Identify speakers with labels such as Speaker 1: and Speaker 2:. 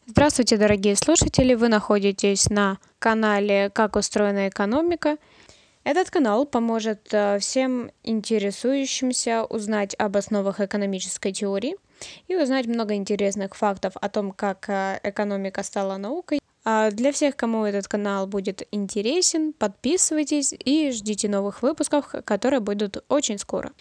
Speaker 1: Здравствуйте, дорогие слушатели! Вы находитесь на канале «Как устроена экономика». Этот канал поможет всем интересующимся узнать об основах экономической теории и узнать много интересных фактов о том, как экономика стала наукой. Для всех, кому этот канал будет интересен, подписывайтесь и ждите новых выпусков, которые будут очень скоро.